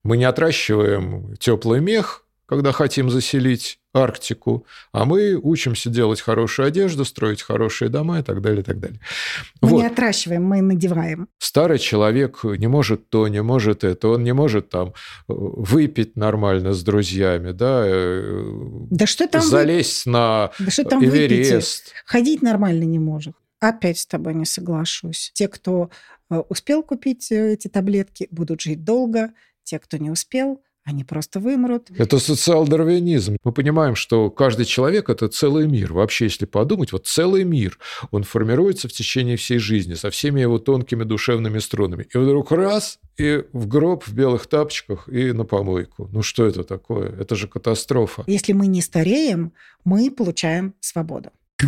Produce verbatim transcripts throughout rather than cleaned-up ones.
Мы не отращиваем теплый мех, когда хотим заселить Арктику, а мы учимся делать хорошую одежду, строить хорошие дома и так далее, и так далее. Мы вот. не отращиваем, мы надеваем. Старый человек не может то, не может это, он не может там выпить нормально с друзьями, да, да что там залезть вы... на да что там Эверест. Выпейте? Ходить нормально не может. Опять с тобой не соглашусь. Те, кто успел купить эти таблетки, будут жить долго. Те, кто не успел, они просто вымрут. Это социал-дарвинизм. Мы понимаем, что каждый человек – это целый мир. Вообще, если подумать, вот целый мир, он формируется в течение всей жизни со всеми его тонкими душевными струнами. И вдруг раз – и в гроб, в белых тапочках, и на помойку. Ну что это такое? Это же катастрофа. Если мы не стареем, мы получаем свободу.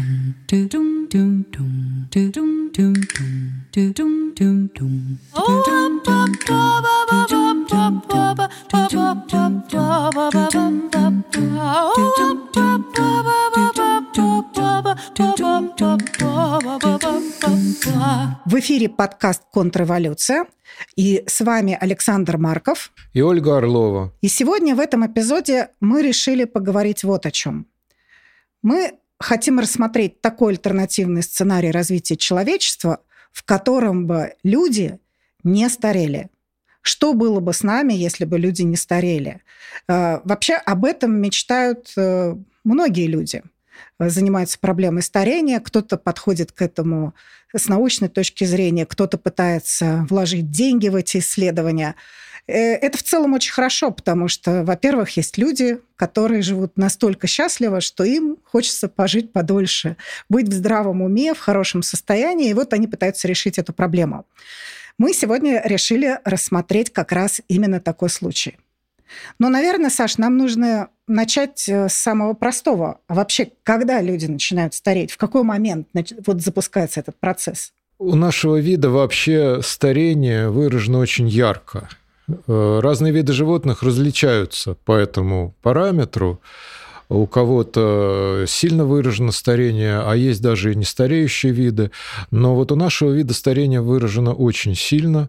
В эфире подкаст «Контрреволюция». И с вами Александр Марков и Ольга Орлова. И сегодня в этом эпизоде мы решили поговорить вот о чем. Мы хотим рассмотреть такой альтернативный сценарий развития человечества, в котором бы люди не старели. Что было бы с нами, если бы люди не старели? Вообще об этом мечтают многие люди. Занимаются проблемой старения, кто-то подходит к этому с научной точки зрения, кто-то пытается вложить деньги в эти исследования. Это в целом очень хорошо, потому что, во-первых, есть люди, которые живут настолько счастливо, что им хочется пожить подольше, быть в здравом уме, в хорошем состоянии, и вот они пытаются решить эту проблему. Мы сегодня решили рассмотреть как раз именно такой случай. Но, наверное, Саш, нам нужно начать с самого простого. А вообще, когда люди начинают стареть? В какой момент вот запускается этот процесс? У нашего вида вообще старение выражено очень ярко. Разные виды животных различаются по этому параметру. У кого-то сильно выражено старение, а есть даже и нестареющие виды. Но вот у нашего вида старение выражено очень сильно.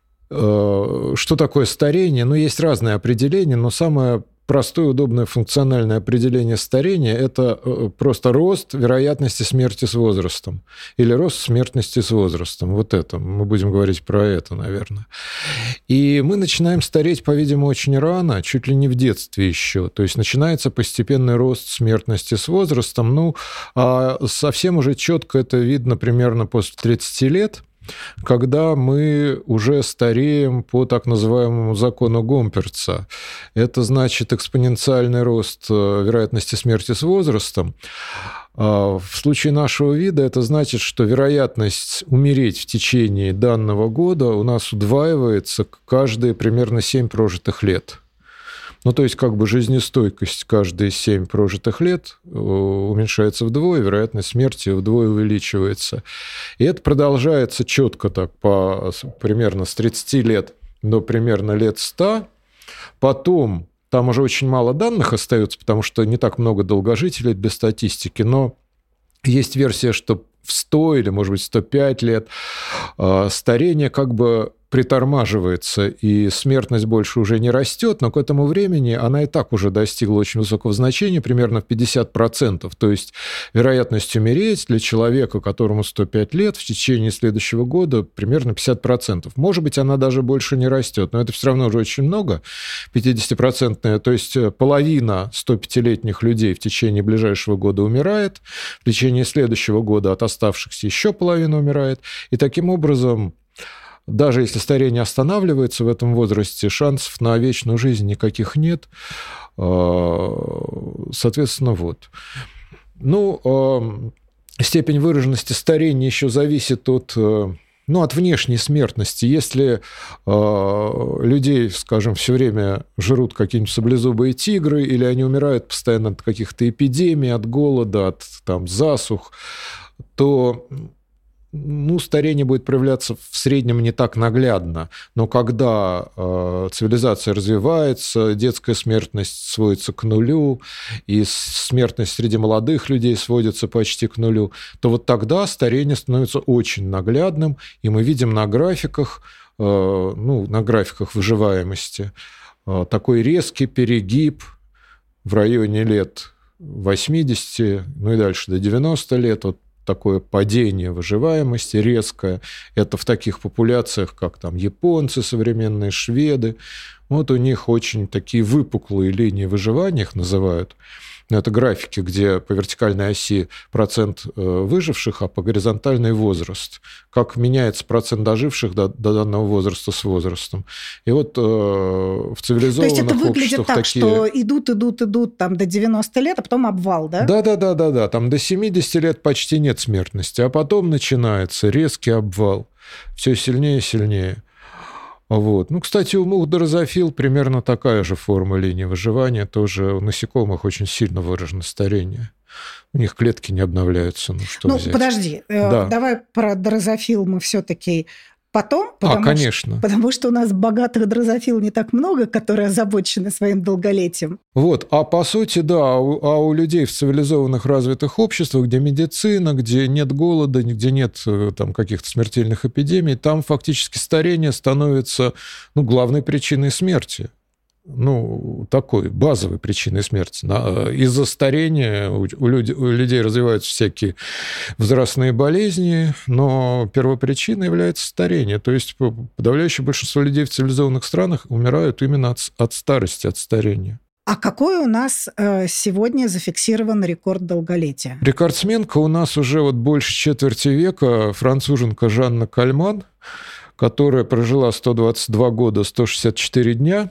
Что такое старение? Ну, есть разные определения, но самое простое, удобное, функциональное определение старения – это просто рост вероятности смерти с возрастом или рост смертности с возрастом. Вот это. Мы будем говорить про это, наверное. И мы начинаем стареть, по-видимому, очень рано, чуть ли не в детстве еще. То есть начинается постепенный рост смертности с возрастом. Ну, а совсем уже четко это видно примерно после тридцати лет, когда мы уже стареем по так называемому закону Гомперца. Это значит экспоненциальный рост вероятности смерти с возрастом. В случае нашего вида это значит, что вероятность умереть в течение данного года у нас удваивается каждые примерно семь прожитых лет. Ну, то есть, как бы жизнестойкость каждые семь прожитых лет уменьшается вдвое, вероятность смерти вдвое увеличивается. И это продолжается четко так, по, примерно с тридцати лет до примерно лет ста. Потом, там уже очень мало данных остается, потому что не так много долгожителей без статистики, но есть версия, что в сто или, может быть, сто пять лет старение как бы притормаживается, и смертность больше уже не растет, но к этому времени она и так уже достигла очень высокого значения, примерно в пятьдесят процентов. То есть вероятность умереть для человека, которому сто пять лет, в течение следующего года примерно пятьдесят процентов. Может быть, она даже больше не растет, но это все равно уже очень много, пятидесятипроцентная, то есть половина стопятилетних людей в течение ближайшего года умирает, в течение следующего года от оставшихся еще половина умирает, и таким образом даже если старение останавливается в этом возрасте, шансов на вечную жизнь никаких нет. Соответственно, вот. Ну, степень выраженности старения еще зависит от, ну, от внешней смертности. Если людей, скажем, все время жрут какие-нибудь саблезубые тигры, или они умирают постоянно от каких-то эпидемий, от голода, от там, засух, то ну, старение будет проявляться в среднем не так наглядно. Но когда э, цивилизация развивается, детская смертность сводится к нулю, и смертность среди молодых людей сводится почти к нулю, то вот тогда старение становится очень наглядным, и мы видим на графиках, э, ну, на графиках выживаемости, такой резкий перегиб в районе лет восьмидесяти, ну и дальше до девяноста лет, вот такое падение выживаемости резкое. Это в таких популяциях, как там японцы, современные шведы. Вот у них очень такие выпуклые линии выживания, их называют. Это графики, где по вертикальной оси процент выживших, а по горизонтальной возраст. Как меняется процент доживших до, до данного возраста с возрастом. И вот э, в цивилизованных обществах... То есть это выглядит так, такие... что идут, идут, идут там, до девяноста лет, а потом обвал, да? Да-да-да, там до семидесяти лет почти нет смертности, а потом начинается резкий обвал. Все сильнее и сильнее. Вот. Ну, кстати, у мух дрозофил примерно такая же форма линии выживания. Тоже у насекомых очень сильно выражено старение. У них клетки не обновляются. Ну, что ну взять? Подожди. Да. Давай про дрозофил мы все-таки потом. А, конечно. Что, потому что у нас богатых дрозофил не так много, которые озабочены своим долголетием. Вот. А по сути, да, а у людей в цивилизованных развитых обществах, где медицина, где нет голода, где нет там, каких-то смертельных эпидемий, там фактически старение становится ну, главной причиной смерти. Ну, такой базовой причиной смерти. Из-за старения у людей, у людей развиваются всякие возрастные болезни, но первопричиной является старение. То есть подавляющее большинство людей в цивилизованных странах умирают именно от, от старости, от старения. А какой у нас сегодня зафиксирован рекорд долголетия? Рекордсменка у нас уже вот больше четверти века, француженка Жанна Кальман, которая прожила сто двадцать два года, сто шестьдесят четыре дня.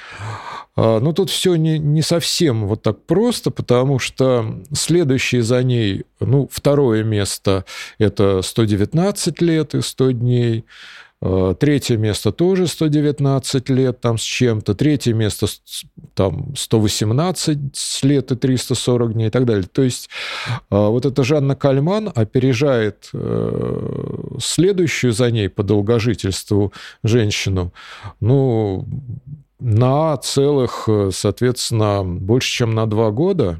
Но тут все не, не совсем вот так просто, потому что следующее за ней, ну, второе место – это сто девятнадцать лет и сто дней, третье место тоже сто девятнадцать лет там с чем-то, третье место там сто восемнадцать лет и триста сорок дней и так далее. То есть вот эта Жанна Кальман опережает следующую за ней по долгожительству женщину, ну, на целых, соответственно, больше, чем на два года,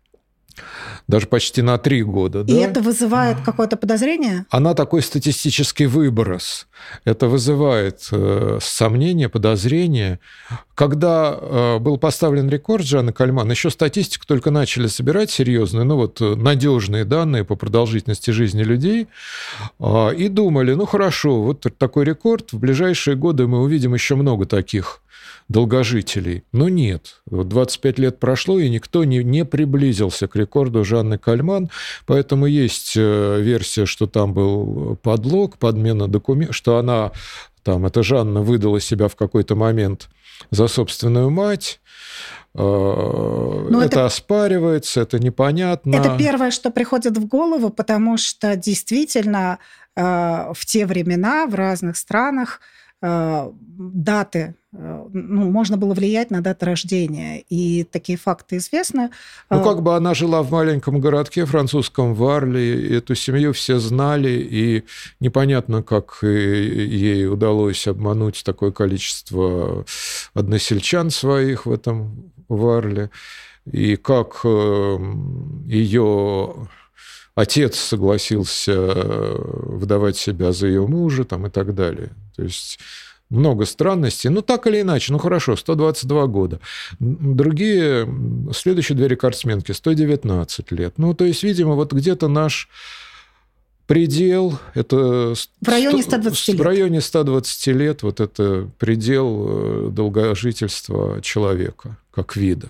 даже почти на три года. И да? Это вызывает какое-то подозрение? Она такой статистический выброс. Это вызывает э, сомнения, подозрения. Когда э, был поставлен рекорд Жанны Кальман, еще статистику только начали собирать серьезную, ну вот надежные данные по продолжительности жизни людей, э, и думали, ну хорошо, вот такой рекорд, в ближайшие годы мы увидим еще много таких долгожителей. Но нет. двадцать пять лет прошло, и никто не, не приблизился к рекорду Жанны Кальман, поэтому есть версия, что там был подлог, подмена документов, что она, там, эта Жанна выдала себя в какой-то момент за собственную мать. Но это, это оспаривается, это непонятно. Это первое, что приходит в голову, потому что действительно в те времена в разных странах даты, ну, можно было влиять на даты рождения, и такие факты известны. Ну, как бы она жила в маленьком городке французском Варле, эту семью все знали, и непонятно, как ей удалось обмануть такое количество односельчан своих в этом Варле, и как ее отец согласился выдавать себя за ее мужа там, и так далее. То есть много странностей. Ну, так или иначе, ну, хорошо, сто двадцать два года. Другие, следующие две рекордсменки, сто девятнадцать лет. Ну, то есть, видимо, вот где-то наш предел, это... В районе ста двадцати лет. В районе ста двадцати лет вот это предел долгожительства человека, как вида.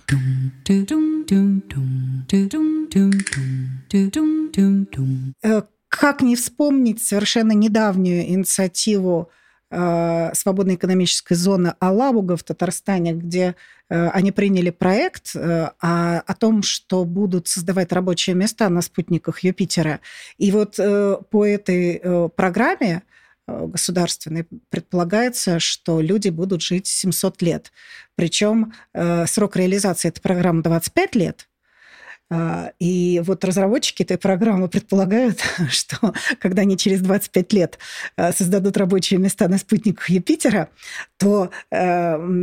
Как не вспомнить совершенно недавнюю инициативу свободной экономической зоны Алабуга в Татарстане, где они приняли проект о, о том, что будут создавать рабочие места на спутниках Юпитера. И вот по этой программе государственной предполагается, что люди будут жить семьсот лет. Причем срок реализации этой программы двадцать пять лет. И вот разработчики этой программы предполагают, что когда они через двадцать пять лет создадут рабочие места на спутниках Юпитера, то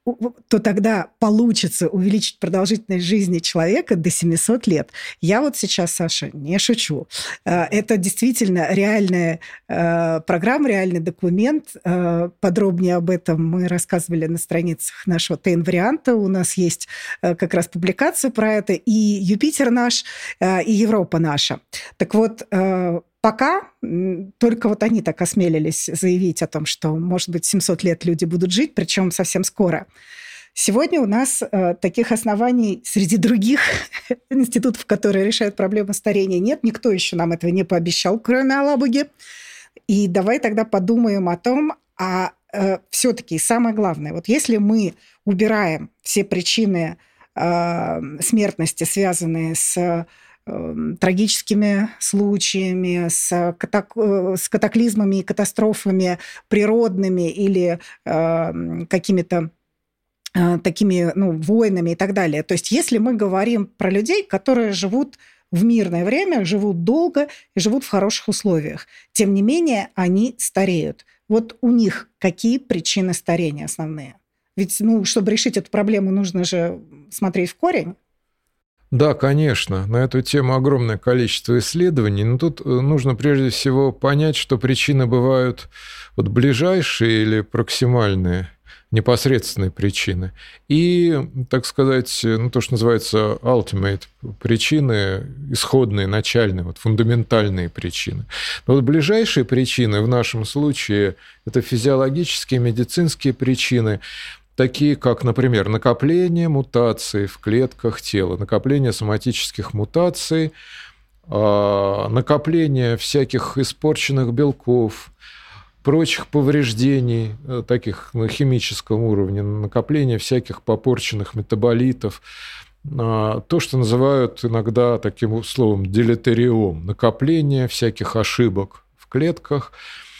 то тогда получится увеличить продолжительность жизни человека до семисот лет. Я вот сейчас, Саша, не шучу. Это действительно реальная программа, реальный документ. Подробнее об этом мы рассказывали на страницах нашего ТН-варианта. У нас есть как раз публикация про это. И Юпитер наш, и Европа наша. Так вот, пока только вот они так осмелились заявить о том, что, может быть, семьсот лет люди будут жить, причем совсем скоро. Сегодня у нас э, таких оснований среди других институтов, которые решают проблему старения, нет. Никто еще нам этого не пообещал, кроме Алабуги. И давай тогда подумаем о том, а э, все-таки самое главное, вот если мы убираем все причины э, смертности, связанные с трагическими случаями, с, катак... с катаклизмами и катастрофами природными или э, какими-то э, такими ну, войнами и так далее. То есть если мы говорим про людей, которые живут в мирное время, живут долго и живут в хороших условиях, тем не менее они стареют. Вот у них какие причины старения основные? Ведь, ну, чтобы решить эту проблему, нужно же смотреть в корень. Да, конечно, на эту тему огромное количество исследований, но тут нужно прежде всего понять, что причины бывают вот ближайшие или проксимальные, непосредственные причины, и, так сказать, ну, то, что называется ultimate причины, исходные, начальные, вот, фундаментальные причины. Но вот ближайшие причины в нашем случае – это физиологические, медицинские причины, такие как, например, накопление мутаций в клетках тела, накопление соматических мутаций, накопление всяких испорченных белков, прочих повреждений, таких на химическом уровне, накопление всяких попорченных метаболитов, то, что называют иногда таким словом делетериом, накопление всяких ошибок в клетках,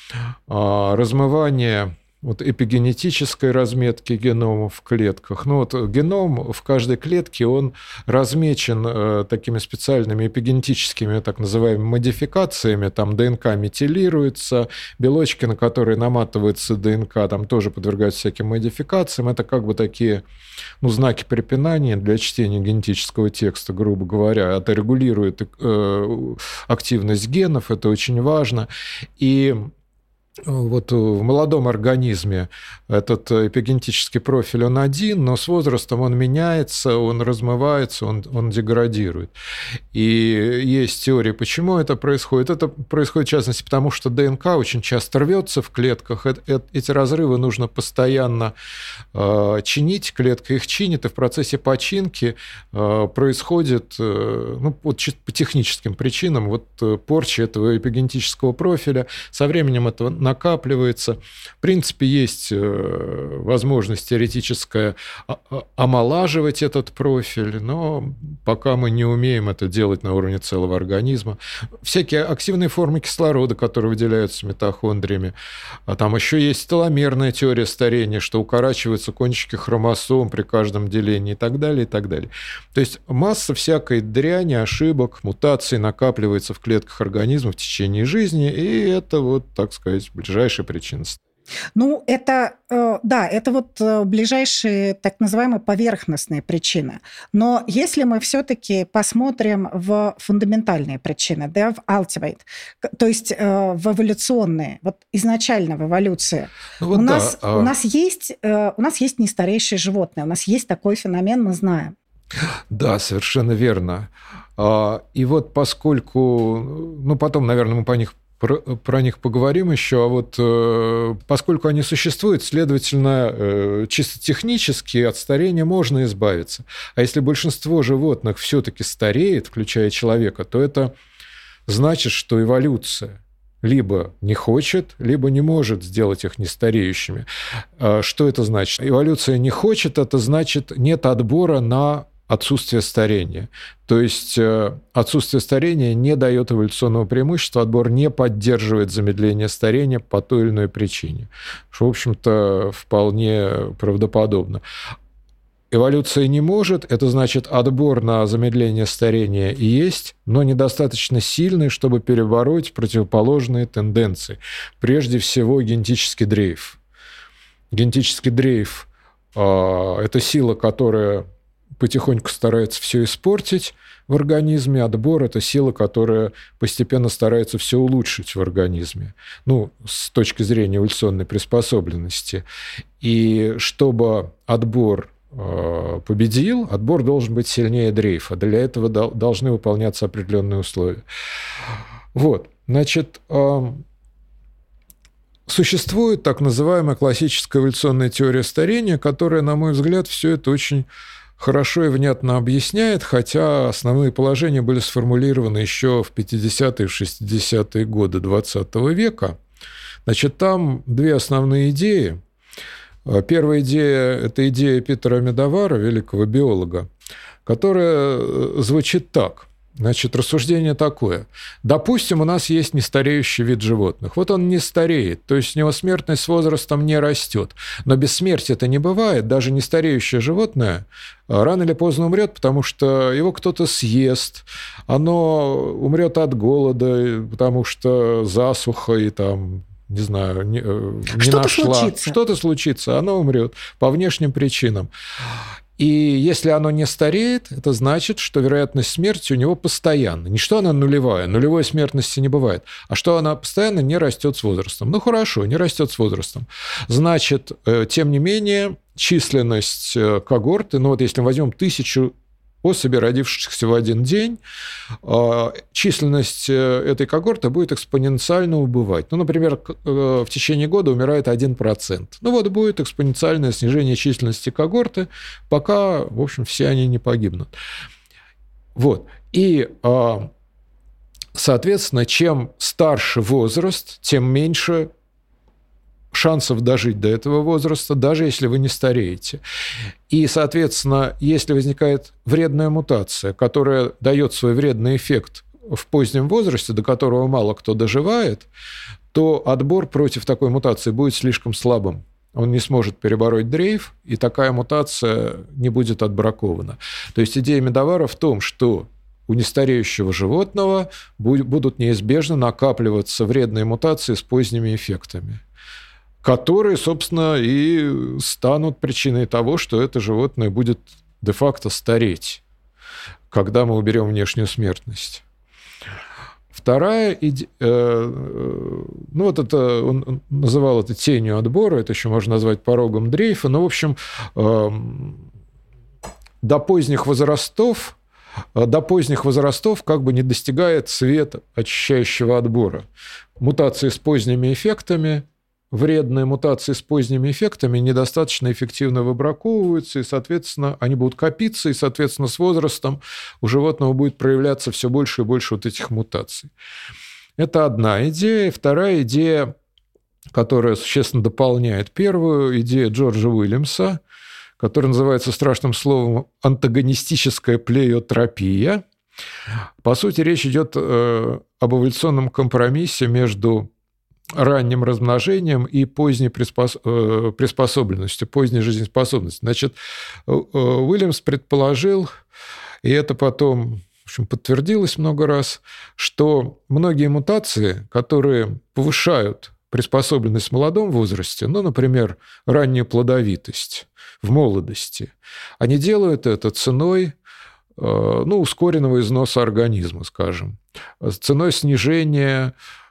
размывание вот эпигенетической разметки генома в клетках. Ну, вот геном в каждой клетке, он размечен э, такими специальными эпигенетическими так называемыми модификациями. Там ДНК метилируется, белочки, на которые наматывается ДНК, там тоже подвергаются всяким модификациям. Это как бы такие ну, знаки препинания для чтения генетического текста, грубо говоря. Это регулирует э, активность генов, это очень важно. И вот в молодом организме этот эпигенетический профиль, он один, но с возрастом он меняется, он размывается, он, он деградирует. И есть теория, почему это происходит. Это происходит, в частности, потому что ДНК очень часто рвется в клетках. Эти разрывы нужно постоянно чинить, клетка их чинит, и в процессе починки происходит, ну, вот по техническим причинам, вот порча этого эпигенетического профиля. Со временем это накапливается. В принципе, есть возможность теоретическая омолаживать этот профиль, но пока мы не умеем это делать на уровне целого организма. Всякие активные формы кислорода, которые выделяются митохондриями. А там еще есть теломерная теория старения, что укорачиваются кончики хромосом при каждом делении и так далее, и так далее. То есть масса всякой дряни, ошибок, мутаций накапливается в клетках организма в течение жизни, и это вот, так сказать, ближайшая причина. Ну, это, да, это вот ближайшие так называемые поверхностные причины. Но если мы все-таки посмотрим в фундаментальные причины, да, в ultimate, то есть в эволюционные, вот изначально в эволюции, ну, вот у, да, нас, а... у, нас есть, у нас есть нестарейшие животные, у нас есть такой феномен, мы знаем. Да, совершенно верно. И вот поскольку, ну, потом, наверное, мы по них Про, про них поговорим еще, а вот э, поскольку они существуют, следовательно, э, чисто технически от старения можно избавиться. А если большинство животных все-таки стареет, включая человека, то это значит, что эволюция либо не хочет, либо не может сделать их нестареющими. А что это значит? Эволюция не хочет, это значит нет отбора на отсутствие старения. То есть отсутствие старения не дает эволюционного преимущества, отбор не поддерживает замедление старения по той или иной причине, что, в общем-то, вполне правдоподобно. Эволюция не может, это значит, отбор на замедление старения есть, но недостаточно сильный, чтобы перебороть противоположные тенденции. Прежде всего, генетический дрейф. Генетический дрейф это сила, которая потихоньку старается все испортить в организме. Отбор – это сила, которая постепенно старается все улучшить в организме, ну, с точки зрения эволюционной приспособленности. И чтобы отбор победил, отбор должен быть сильнее дрейфа. Для этого должны выполняться определенные условия. Вот, значит, существует так называемая классическая эволюционная теория старения, которая, на мой взгляд, все это очень хорошо и внятно объясняет, хотя основные положения были сформулированы еще в пятидесятые и шестидесятые годы двадцатого века. Значит, там две основные идеи. Первая идея – это идея Питера Медовара, великого биолога, которая звучит так. Значит, рассуждение такое. Допустим, у нас есть нестареющий вид животных. Вот он не стареет, то есть у него смертность с возрастом не растет. Но без смерти это не бывает. Даже нестареющее животное рано или поздно умрет, потому что его кто-то съест. Оно умрет от голода, потому что засуха и там... не знаю, не, не Что-то нашла. Случится. Что-то случится, оно умрет по внешним причинам. И если оно не стареет, это значит, что вероятность смерти у него постоянна. Не что она нулевая, нулевой смертности не бывает, а что она постоянно не растет с возрастом. Ну хорошо, не растет с возрастом. Значит, тем не менее, численность когорты, ну вот если мы возьмем тысячу особей, родившихся в один день, численность этой когорты будет экспоненциально убывать. Ну, например, в течение года умирает один процент. Ну, вот будет экспоненциальное снижение численности когорты, пока, в общем, все они не погибнут. Вот. И, соответственно, чем старше возраст, тем меньше шансов дожить до этого возраста, даже если вы не стареете. И, соответственно, если возникает вредная мутация, которая дает свой вредный эффект в позднем возрасте, до которого мало кто доживает, то отбор против такой мутации будет слишком слабым. Он не сможет перебороть дрейф, и такая мутация не будет отбракована. То есть идея Медовара в том, что у нестареющего животного будут неизбежно накапливаться вредные мутации с поздними эффектами, которые, собственно, и станут причиной того, что это животное будет де-факто стареть, когда мы уберем внешнюю смертность. Вторая идея, ну вот это, он называл это тенью отбора, это еще можно назвать порогом дрейфа, но, в общем, до поздних возрастов, до поздних возрастов как бы не достигает свет очищающего отбора. Мутации с поздними эффектами, вредные мутации с поздними эффектами недостаточно эффективно выбраковываются, и, соответственно, они будут копиться, и, соответственно, с возрастом у животного будет проявляться все больше и больше вот этих мутаций. Это одна идея. Вторая идея, которая существенно дополняет первую, идея Джорджа Уильямса, которая называется страшным словом антагонистическая плеиотропия. По сути, речь идет об эволюционном компромиссе между ранним размножением и поздней приспос... приспособленностью, поздней жизнеспособностью. Значит, Уильямс предположил, и это потом, в общем, подтвердилось много раз, что многие мутации, которые повышают приспособленность в молодом возрасте, ну, например, раннюю плодовитость в молодости, они делают это ценой, ну, ускоренного износа организма, скажем, ценой снижения,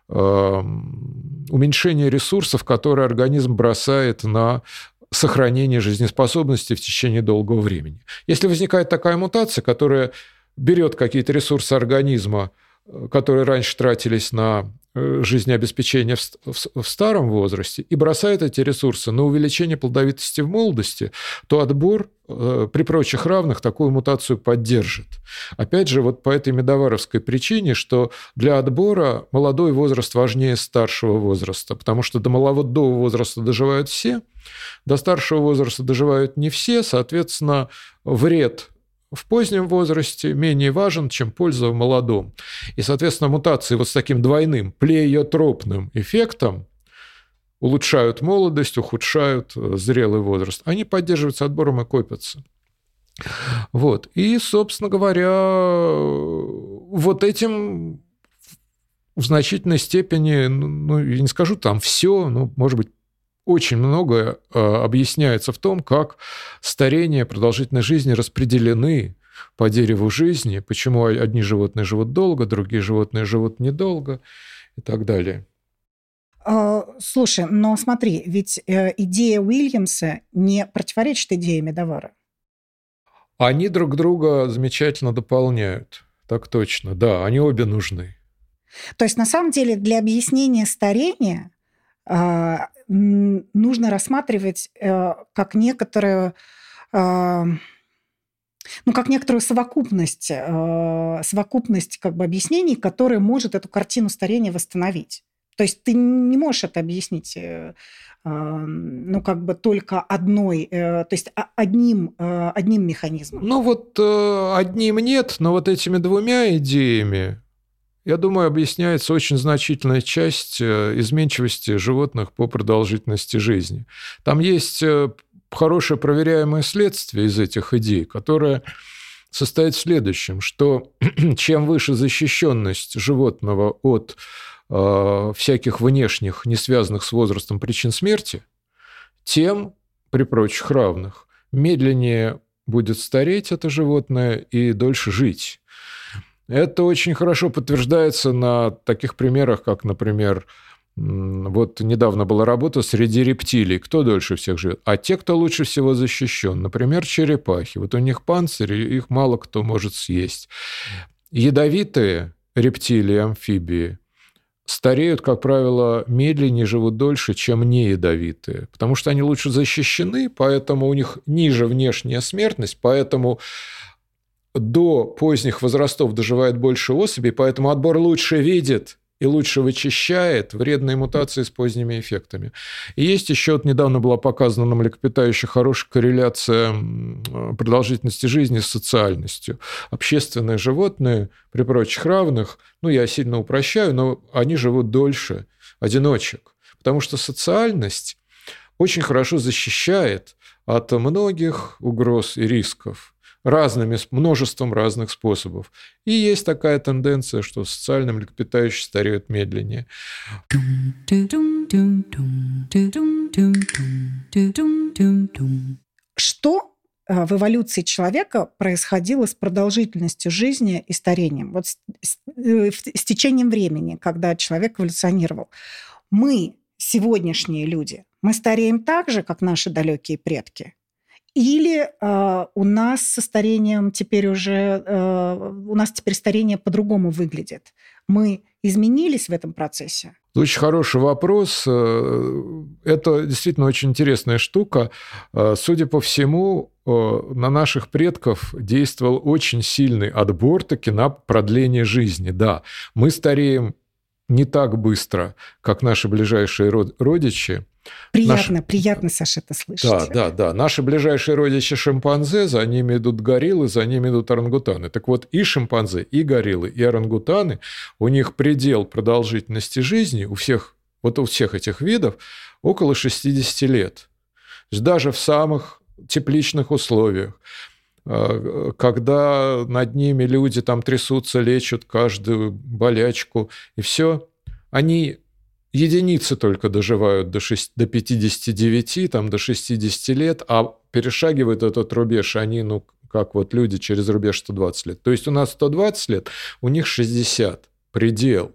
уменьшение ресурсов, которые организм бросает на сохранение жизнеспособности в течение долгого времени. Если возникает такая мутация, которая берет какие-то ресурсы организма, которые раньше тратились на жизнеобеспечение в старом возрасте, и бросает эти ресурсы на увеличение плодовитости в молодости, то отбор при прочих равных такую мутацию поддержит. Опять же, вот по этой медоваровской причине, что для отбора молодой возраст важнее старшего возраста, потому что до молодого возраста доживают все, до старшего возраста доживают не все, соответственно, вред в позднем возрасте менее важен, чем польза в молодом. И, соответственно, мутации вот с таким двойным плеиотропным эффектом улучшают молодость, ухудшают зрелый возраст. Они поддерживаются отбором и копятся. Вот. И, собственно говоря, вот этим в значительной степени, ну, я не скажу там все, ну, может быть, очень многое объясняется в том, как старение, продолжительность жизни распределены по дереву жизни, почему одни животные живут долго, другие животные живут недолго и так далее. Слушай, но смотри, ведь идея Уильямса не противоречит идее Медовара. Они друг друга замечательно дополняют. Так точно, да, они обе нужны. То есть, на самом деле, для объяснения старения нужно рассматривать как некоторую, ну, как некоторую совокупность, совокупность как бы объяснений, которая может эту картину старения восстановить. То есть ты не можешь это объяснить, ну, как бы только одной, то есть одним, одним механизмом. Ну, вот одним нет, но вот этими двумя идеями, я думаю, объясняется очень значительная часть изменчивости животных по продолжительности жизни. Там есть хорошее проверяемое следствие из этих идей, которое состоит в следующем, что чем выше защищенность животного от э, всяких внешних, не связанных с возрастом причин смерти, тем, при прочих равных, медленнее будет стареть это животное и дольше жить. Это очень хорошо подтверждается на таких примерах, как, например, вот недавно была работа среди рептилий. Кто дольше всех живет? А те, кто лучше всего защищен. Например, черепахи. Вот у них панцирь, их мало кто может съесть. Ядовитые рептилии, амфибии стареют, как правило, медленнее, живут дольше, чем неядовитые. Потому что они лучше защищены, поэтому у них ниже внешняя смертность, поэтому до поздних возрастов доживает больше особей, поэтому отбор лучше видит и лучше вычищает вредные мутации с поздними эффектами. И есть еще, вот недавно была показана на млекопитающих хорошая корреляция продолжительности жизни с социальностью. Общественные животные, при прочих равных, ну, я сильно упрощаю, но они живут дольше одиночек, потому что социальность очень хорошо защищает от многих угроз и рисков разными, множеством разных способов. И есть такая тенденция, что социальные млекопитающие стареют медленнее. Что в эволюции человека происходило с продолжительностью жизни и старением? Вот с, с, с течением времени, когда человек эволюционировал. Мы, сегодняшние люди, мы стареем так же, как наши далекие предки? Или э, у нас со старением теперь уже, э, у нас теперь старение по-другому выглядит? Мы изменились в этом процессе? Очень хороший вопрос. Это действительно очень интересная штука. Судя по всему, на наших предков действовал очень сильный отбор таки на продление жизни. Да, мы стареем не так быстро, как наши ближайшие родичи. Приятно, Наш... приятно, Саша, это слышать. Да, да, да. Наши ближайшие родичи шимпанзе, за ними идут гориллы, за ними идут орангутаны. Так вот, и шимпанзе, и гориллы, и орангутаны, у них предел продолжительности жизни, у всех, вот у всех этих видов, около шестьдесят лет. То есть даже в самых тепличных условиях, когда над ними люди там трясутся, лечат каждую болячку, и все, они... Единицы только доживают до, шести, до пятидесяти девяти, там, до шестидесяти лет, а перешагивают этот рубеж они, ну, как вот люди через рубеж сто двадцать лет. То есть у нас сто двадцать лет, у них шестьдесят, предел.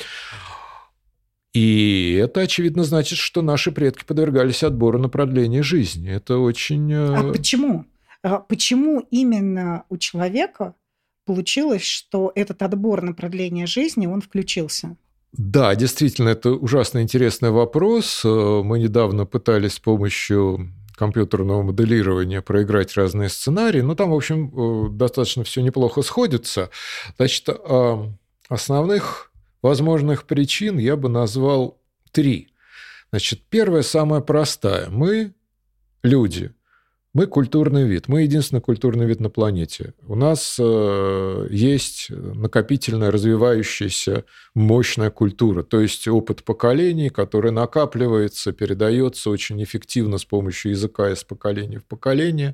И это, очевидно, значит, что наши предки подвергались отбору на продление жизни. Это очень... А почему? Почему именно у человека получилось, что этот отбор на продление жизни, он включился? Да, действительно, это ужасно интересный вопрос. Мы недавно пытались с помощью компьютерного моделирования проиграть разные сценарии, но там, в общем, достаточно все неплохо сходится. Значит, основных возможных причин я бы назвал три. Значит, первая, самая простая. Мы, люди, мы культурный вид, мы единственный культурный вид на планете. У нас э, есть накопительная, развивающаяся мощная культура, то есть опыт поколений, который накапливается, передается очень эффективно с помощью языка из поколения в поколение.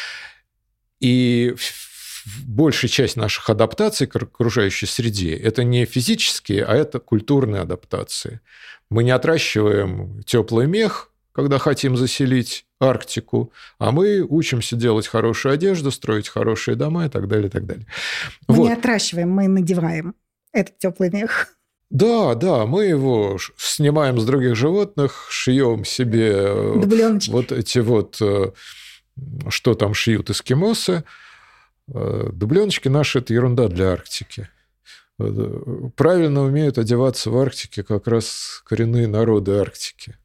И большая часть наших адаптаций к окружающей среде – это не физические, а это культурные адаптации. Мы не отращиваем теплый мех когда хотим заселить Арктику, а мы учимся делать хорошую одежду, строить хорошие дома и так далее, и так далее. Мы вот. не отращиваем, мы надеваем этот теплый мех. Да, да, мы его снимаем с других животных, шьем себе Дубленочки. Вот эти вот, что там шьют эскимосы. Дубленочки наши – это ерунда для Арктики. Правильно умеют одеваться в Арктике как раз коренные народы Арктики.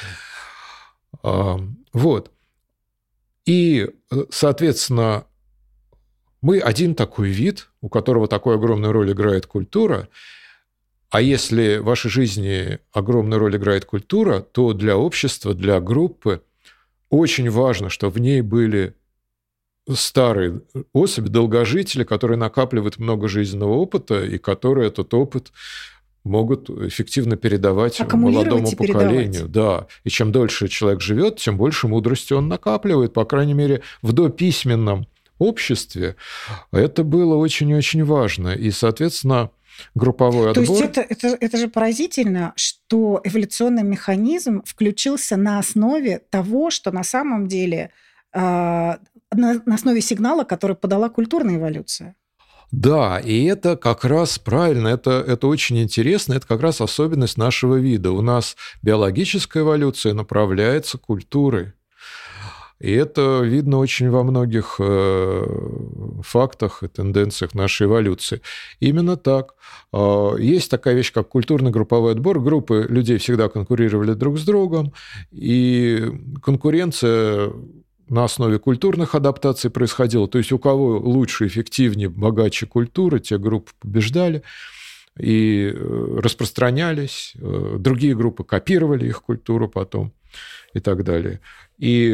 Вот. И, соответственно, мы один такой вид, у которого такую огромную роль играет культура. А если в вашей жизни огромную роль играет культура, то для общества, для группы очень важно, что в ней были старые особи, долгожители, которые накапливают много жизненного опыта и которые этот опыт могут эффективно передавать молодому поколению. Да. И чем дольше человек живет, тем больше мудрости он накапливает. По крайней мере, в дописьменном обществе это было очень и очень важно. И, соответственно, групповой отбор. То есть это, это, это же поразительно, что эволюционный механизм включился на основе того, что на самом деле э, на, на основе сигнала, который подала культурная эволюция. Да, и это как раз правильно, это, это очень интересно, это как раз особенность нашего вида. У нас биологическая эволюция направляется культурой. И это видно очень во многих э, фактах и тенденциях нашей эволюции. Именно так. Э, есть такая вещь, как культурный групповой отбор. Группы людей всегда конкурировали друг с другом, и конкуренция на основе культурных адаптаций происходила. То есть у кого лучше, эффективнее, богаче культура, те группы побеждали и распространялись. Другие группы копировали их культуру потом и так далее. И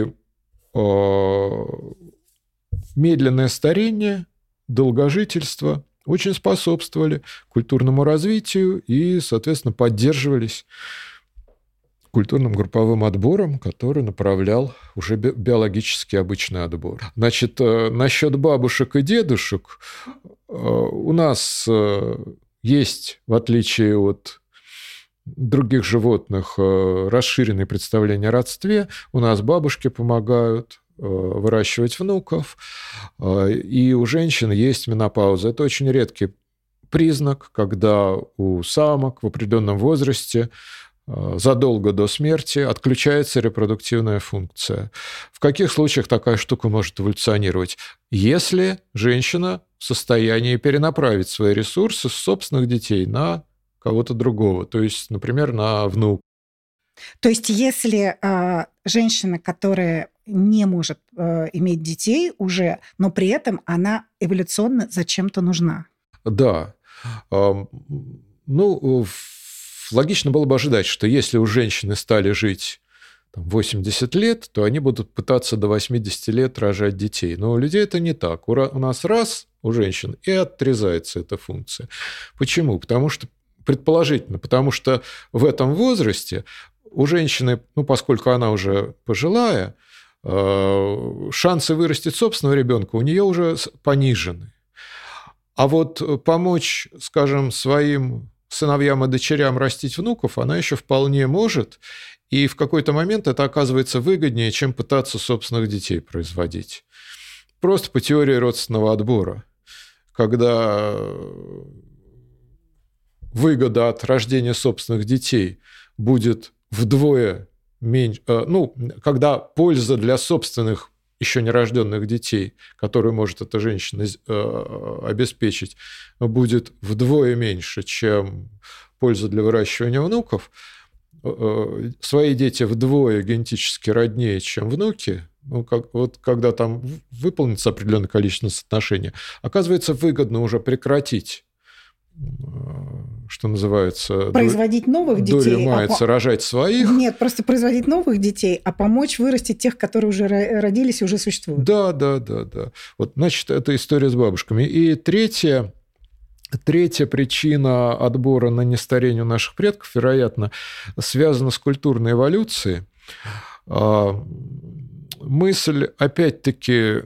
медленное старение, долгожительство очень способствовали культурному развитию и, соответственно, поддерживались культурным групповым отбором, который направлял уже биологически обычный отбор. Значит, насчет бабушек и дедушек у нас есть, в отличие от других животных, расширенные представления о родстве. У нас бабушки помогают выращивать внуков, и у женщин есть менопауза. Это очень редкий признак, когда у самок в определенном возрасте задолго до смерти отключается репродуктивная функция. В каких случаях такая штука может эволюционировать? Если женщина в состоянии перенаправить свои ресурсы с собственных детей на кого-то другого, то есть, например, на внука. То есть если э, женщина, которая не может э, иметь детей уже, но при этом она эволюционно зачем-то нужна. Да. Ну, логично было бы ожидать, что если у женщины стали жить там, восемьдесят лет, то они будут пытаться до восьмидесяти лет рожать детей. Но у людей это не так. У нас раз, у женщин, и отрезается эта функция. Почему? Потому что, предположительно, потому что в этом возрасте у женщины, ну, поскольку она уже пожилая, шансы вырастить собственного ребенка у нее уже понижены. А вот помочь, скажем, своим сыновьям и дочерям растить внуков она еще вполне может, и в какой-то момент это оказывается выгоднее, чем пытаться собственных детей производить. Просто по теории родственного отбора, когда выгода от рождения собственных детей будет вдвое меньше, ну, когда польза для собственных еще нерожденных детей, которую может эта женщина обеспечить, будет вдвое меньше, чем польза для выращивания внуков, свои дети вдвое генетически роднее, чем внуки, ну, как, вот когда там выполнится определенное количество соотношений, оказывается выгодно уже прекратить, что называется... Производить новых детей. Доля мается, а... рожать своих. Нет, просто производить новых детей, а помочь вырастить тех, которые уже родились и уже существуют. Да, да, да, да. Вот, значит, это история с бабушками. И третья, третья причина отбора на нестарение у наших предков, вероятно, связана с культурной эволюцией. Мысль, опять-таки,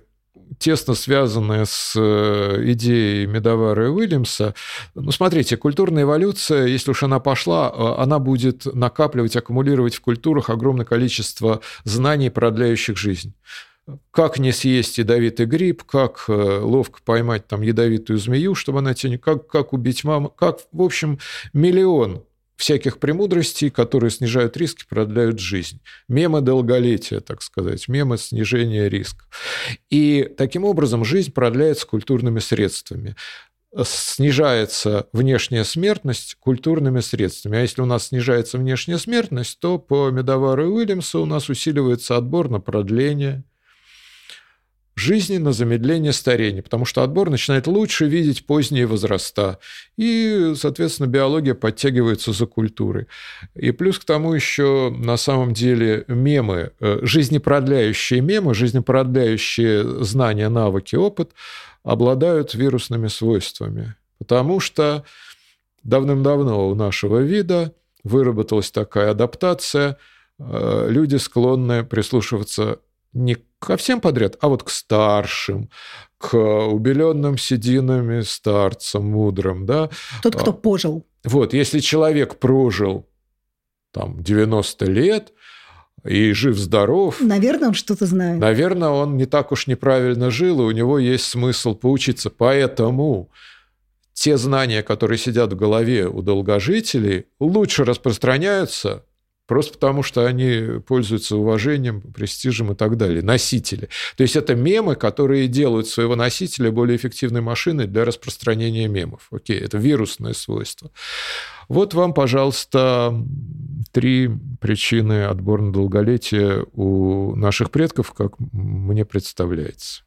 тесно связанная с идеей Медовара и Уильямса. Ну, смотрите, культурная эволюция, если уж она пошла, она будет накапливать, аккумулировать в культурах огромное количество знаний, продляющих жизнь. Как не съесть ядовитый гриб, как ловко поймать там ядовитую змею, чтобы она тебя не... Как, как убить маму, как, в общем, миллион всяких премудростей, которые снижают риски, продляют жизнь. Мемы долголетия, так сказать, мемы снижения риска. И таким образом жизнь продляется культурными средствами. Снижается внешняя смертность культурными средствами. А если у нас снижается внешняя смертность, то по Медовару и Уильямсу у нас усиливается отбор на продление жизни, на замедление старения, потому что отбор начинает лучше видеть поздние возраста, и, соответственно, биология подтягивается за культурой. И плюс к тому еще на самом деле мемы, жизнепродляющие мемы, жизнепродляющие знания, навыки, опыт обладают вирусными свойствами, потому что давным-давно у нашего вида выработалась такая адаптация, люди склонны прислушиваться не ко всем подряд, а вот к старшим, к убеленным сединами старцам, мудрым, да. Тот, кто пожил. Вот, если человек прожил там девяносто лет и жив-здоров... Наверное, он что-то знает. Наверное, он не так уж неправильно жил, и у него есть смысл поучиться. Поэтому те знания, которые сидят в голове у долгожителей, лучше распространяются, просто потому что они пользуются уважением, престижем и так далее. Носители. То есть это мемы, которые делают своего носителя более эффективной машиной для распространения мемов. Окей, это вирусное свойство. Вот вам, пожалуйста, три причины отбора на долголетие у наших предков, как мне представляется.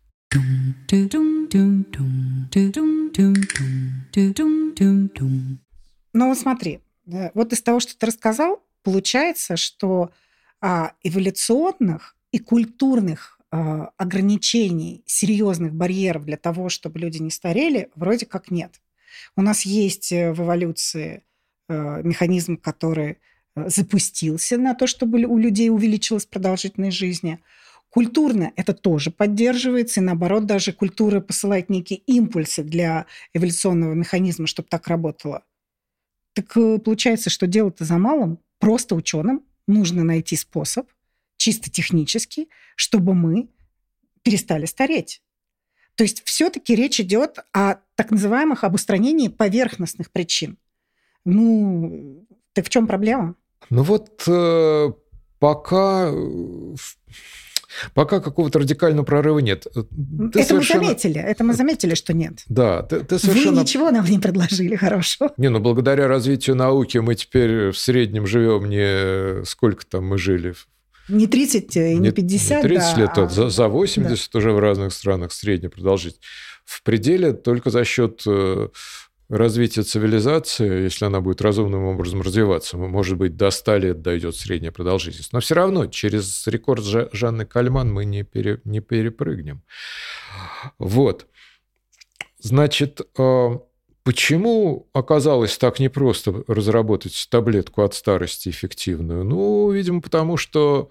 Ну вот смотри, вот из того, что ты рассказал, получается, что а, эволюционных и культурных а, ограничений, серьезных барьеров для того, чтобы люди не старели, вроде как нет. У нас есть в эволюции а, механизм, который запустился на то, чтобы у людей увеличилась продолжительность жизни. Культурно это тоже поддерживается, и наоборот, даже культура посылает некие импульсы для эволюционного механизма, чтобы так работало. Так получается, что дело-то за малым. Просто ученым нужно найти способ, чисто технический, чтобы мы перестали стареть. То есть все-таки речь идет о так называемых об устранении поверхностных причин. Ну, так в чем проблема? Ну вот э, пока... Пока какого-то радикального прорыва нет. Ты это совершенно... мы заметили, это мы заметили, что нет. Да, ты, ты совершенно... Вы ничего нам не предложили хорошего. Не, ну благодаря развитию науки мы теперь в среднем живем не... Сколько там мы жили? Не тридцать и не пятьдесят, не тридцать да, лет, а... за, за восемьдесят да. Уже в разных странах средняя продолжительность. В пределе только за счет развития цивилизации, если она будет разумным образом развиваться, может быть, до ста лет дойдет средняя продолжительность. Но все равно через рекорд Жанны Кальман мы не, пере, не перепрыгнем. Вот. Значит, почему оказалось так непросто разработать таблетку от старости эффективную? Ну, видимо, потому что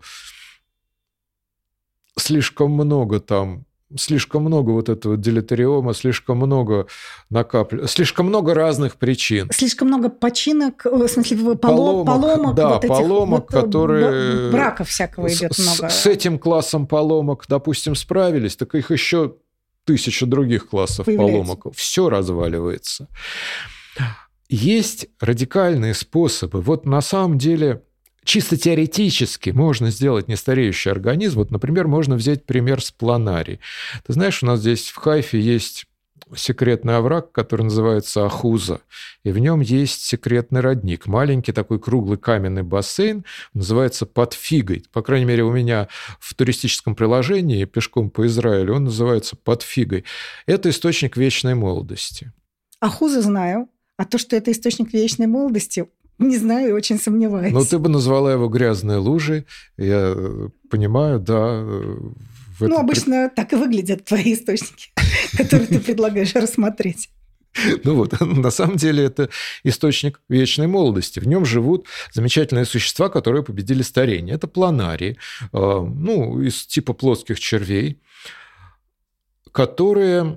слишком много там Слишком много вот этого делетариома, слишком много накапливания, слишком много разных причин. Слишком много починок, в смысле, полом, поломок, поломок да, вот этих поломок, вот, которые... браков всякого с, идет много. С этим классом поломок, допустим, справились, так их еще тысяча других классов появляется. Поломок. Все разваливается. Есть радикальные способы. Вот на самом деле... Чисто теоретически можно сделать нестареющий организм. Вот, например, можно взять пример с планарий. Ты знаешь, у нас здесь в Хайфе есть секретный овраг, который называется Ахуза, и в нем есть секретный родник. Маленький такой круглый каменный бассейн, называется «Под фигой». По крайней мере, у меня в туристическом приложении пешком по Израилю он называется «Под фигой». Это источник вечной молодости. Ахуза знаю, а то, что это источник вечной молодости... Не знаю и очень сомневаюсь. Но ты бы назвала его грязной лужей. Я понимаю, да. Ну, обычно при... так и выглядят твои источники, которые ты предлагаешь рассмотреть. Ну вот, на самом деле это источник вечной молодости. В нем живут замечательные существа, которые победили старение. Это планарии, ну, из типа плоских червей, которые,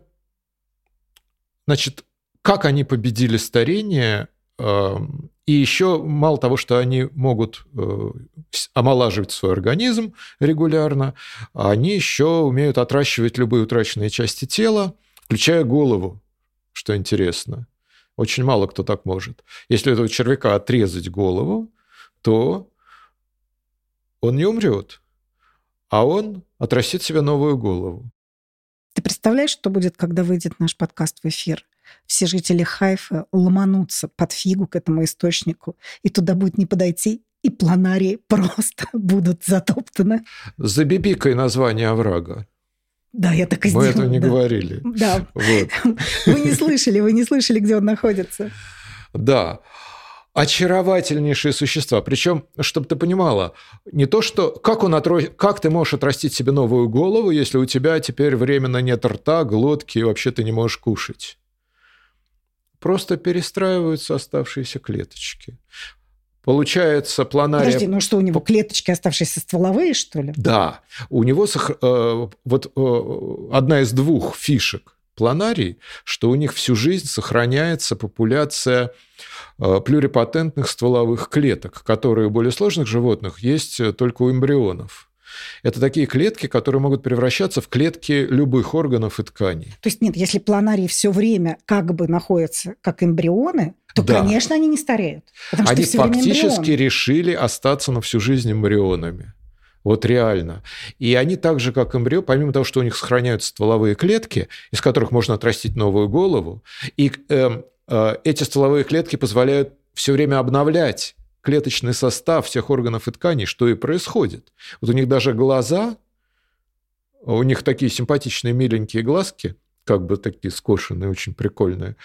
значит, как они победили старение, и еще мало того, что они могут омолаживать свой организм регулярно, они еще умеют отращивать любые утраченные части тела, включая голову, что интересно. Очень мало кто так может. Если этого червяка отрезать голову, то он не умрет, а он отрастит себе новую голову. Ты представляешь, что будет, когда выйдет наш подкаст в эфир? Все жители Хайфы ломанутся под фигу к этому источнику, и туда будет не подойти, и планарии просто будут затоптаны. Забибикай название оврага. Да, я так и Мы сделала. этого не да. говорили. Да. Вот. Вы не слышали, вы не слышали, где он находится. Да. Очаровательнейшие существа. Причем, чтобы ты понимала, не то, что как, он отро... как ты можешь отрастить себе новую голову, если у тебя теперь временно нет рта, глотки, и вообще ты не можешь кушать. Просто перестраиваются оставшиеся клеточки. Получается, планария... Подожди, ну что, у него клеточки, оставшиеся стволовые, что ли? Да. У него э, вот э, одна из двух фишек планарий, что у них всю жизнь сохраняется популяция э, плюрипотентных стволовых клеток, которые у более сложных животных есть только у эмбрионов. Это такие клетки, которые могут превращаться в клетки любых органов и тканей. То есть нет, если планарии все время как бы находятся как эмбрионы, то, да. конечно, они не стареют. Потому они что все время фактически эмбрион. решили остаться на всю жизнь эмбрионами. Вот реально. И они так же, как эмбрион, помимо того, что у них сохраняются стволовые клетки, из которых можно отрастить новую голову, и э, э, эти стволовые клетки позволяют все время обновлять клеточный состав всех органов и тканей, что и происходит. Вот у них даже глаза, у них такие симпатичные миленькие глазки, как бы такие скошенные, очень прикольные.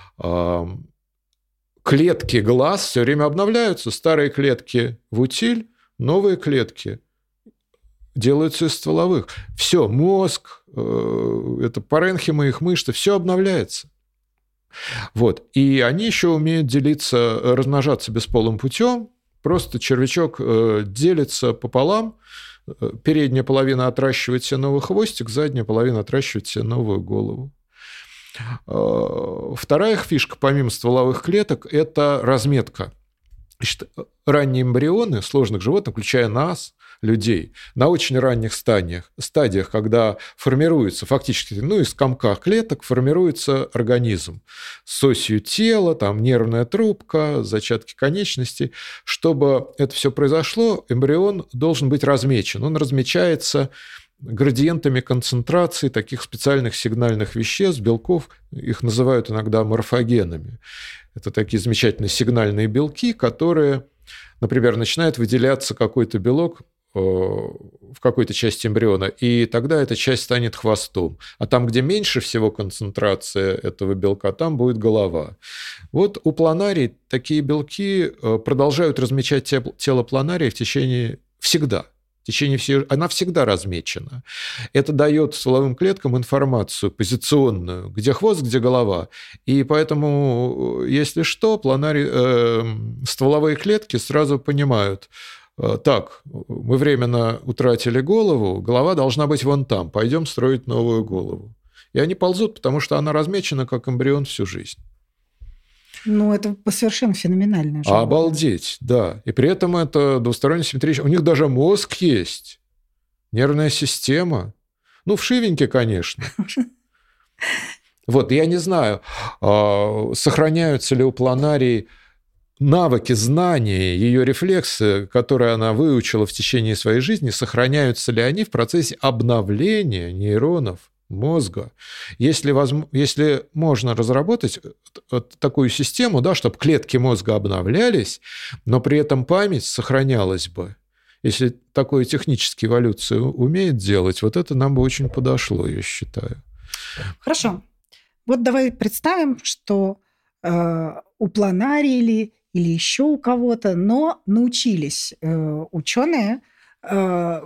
Клетки глаз все время обновляются. Старые клетки в утиль, новые клетки делаются из стволовых. Все, мозг, это паренхима, их мышцы, все обновляется. Вот. И они еще умеют делиться, размножаться бесполым путем. Просто червячок делится пополам. Передняя половина отращивает себе новый хвостик, задняя половина отращивает себе новую голову. Вторая их фишка, помимо стволовых клеток, это разметка. Значит, ранние эмбрионы сложных животных, включая нас, людей, на очень ранних стадиях, стадиях, когда формируется фактически, ну, из комка клеток формируется организм с осью тела, там нервная трубка, зачатки конечностей. Чтобы это все произошло, эмбрион должен быть размечен. Он размечается градиентами концентрации таких специальных сигнальных веществ, белков, их называют иногда морфогенами. Это такие замечательные сигнальные белки, которые, например, начинает выделяться какой-то белок в какой-то части эмбриона, и тогда эта часть станет хвостом. А там, где меньше всего концентрация этого белка, там будет голова. Вот у планарий такие белки продолжают размечать тело планария в течение всегда. В течение всей... Она всегда размечена. Это дает стволовым клеткам информацию позиционную, где хвост, где голова. И поэтому, если что, планарий... э, стволовые клетки сразу понимают, так, мы временно утратили голову, голова должна быть вон там, пойдем строить новую голову. И они ползут, потому что она размечена как эмбрион всю жизнь. Ну, это совершенно феноменально. Обалдеть, да. И при этом это двусторонне симметрично. У них даже мозг есть, нервная система. Ну, вшивеньки, конечно. Вот, я не знаю, сохраняются ли у планарий навыки, знания, ее рефлексы, которые она выучила в течение своей жизни, сохраняются ли они в процессе обновления нейронов мозга. Если, возможно, если можно разработать такую систему, да, чтобы клетки мозга обновлялись, но при этом память сохранялась бы, если такую техническую эволюцию умеет делать, вот это нам бы очень подошло, я считаю. Хорошо. Вот давай представим, что э, у планарий или, или еще у кого-то, но научились э, ученые э,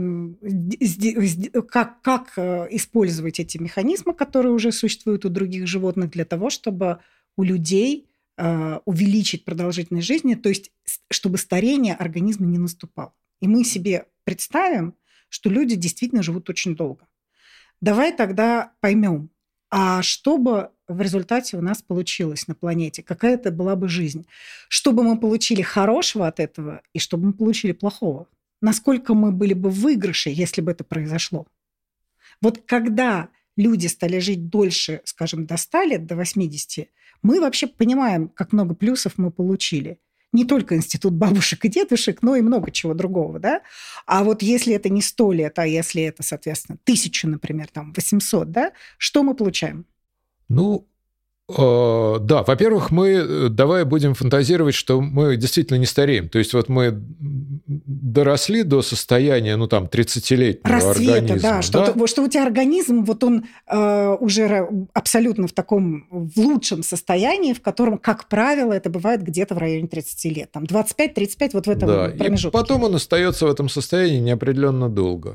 как, как использовать эти механизмы, которые уже существуют у других животных, для того, чтобы у людей э, увеличить продолжительность жизни, то есть чтобы старение организма не наступало. И мы себе представим, что люди действительно живут очень долго. Давай тогда поймем, а что бы в результате у нас получилось на планете? Какая это была бы жизнь? Что бы мы получили хорошего от этого и что бы мы получили плохого? Насколько мы были бы в выигрыше, если бы это произошло? Вот когда люди стали жить дольше, скажем, до ста лет, до восьмидесяти, мы вообще понимаем, как много плюсов мы получили. Не только институт бабушек и дедушек, но и много чего другого, да? А вот если это не сто лет, а если это, соответственно, тысяча, например, там, восемьсот, да, что мы получаем? Ну, э, да, во-первых, мы давай будем фантазировать, что мы действительно не стареем. То есть вот мы доросли до состояния, ну, там, тридцатилетнего Расцвета, организма. да, да? Что, что, что у тебя организм, вот он э, уже абсолютно в таком, в лучшем состоянии, в котором, как правило, это бывает где-то в районе тридцати лет. Там двадцать пять тридцать пять, вот в этом да. промежутке. И потом он остается в этом состоянии неопределенно долго.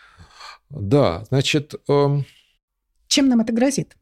Да, значит... Э... Чем нам это грозит?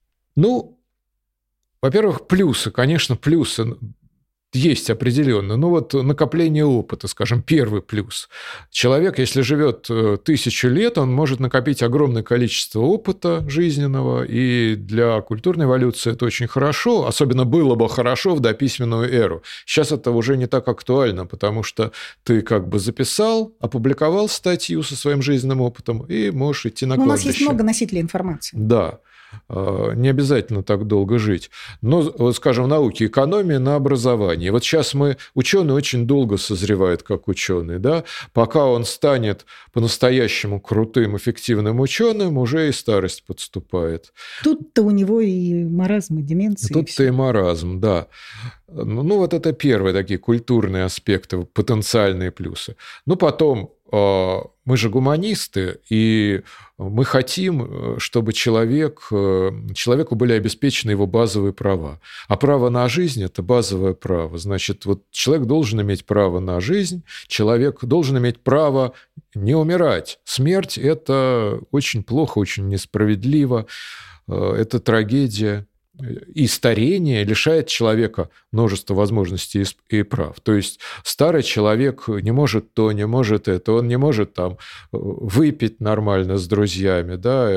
Ну, во-первых, плюсы, конечно, плюсы есть определенно. Ну вот накопление опыта, скажем, первый плюс. Человек, если живет тысячу лет, он может накопить огромное количество опыта жизненного, и для культурной эволюции это очень хорошо, особенно было бы хорошо в дописьменную эру. Сейчас это уже не так актуально, потому что ты как бы записал, опубликовал статью со своим жизненным опытом, и можешь идти на кладбище. У нас есть много носителей информации. Да. Не обязательно так долго жить. Но, вот, скажем, в науке экономия на образовании. Вот сейчас мы, ученый очень долго созревает как ученый, да? Пока он станет по-настоящему крутым, эффективным ученым, уже и старость подступает. Тут-то у него и маразм, и деменция. Тут-то и, и маразм, да. Ну, вот это первые такие культурные аспекты, потенциальные плюсы. Ну, потом, мы же гуманисты, и мы хотим, чтобы человек, человеку были обеспечены его базовые права. А право на жизнь – это базовое право. Значит, вот человек должен иметь право на жизнь, человек должен иметь право не умирать. Смерть – это очень плохо, очень несправедливо, это трагедия. И старение лишает человека множества возможностей и прав. То есть старый человек не может то, не может это, он не может там выпить нормально с друзьями, да,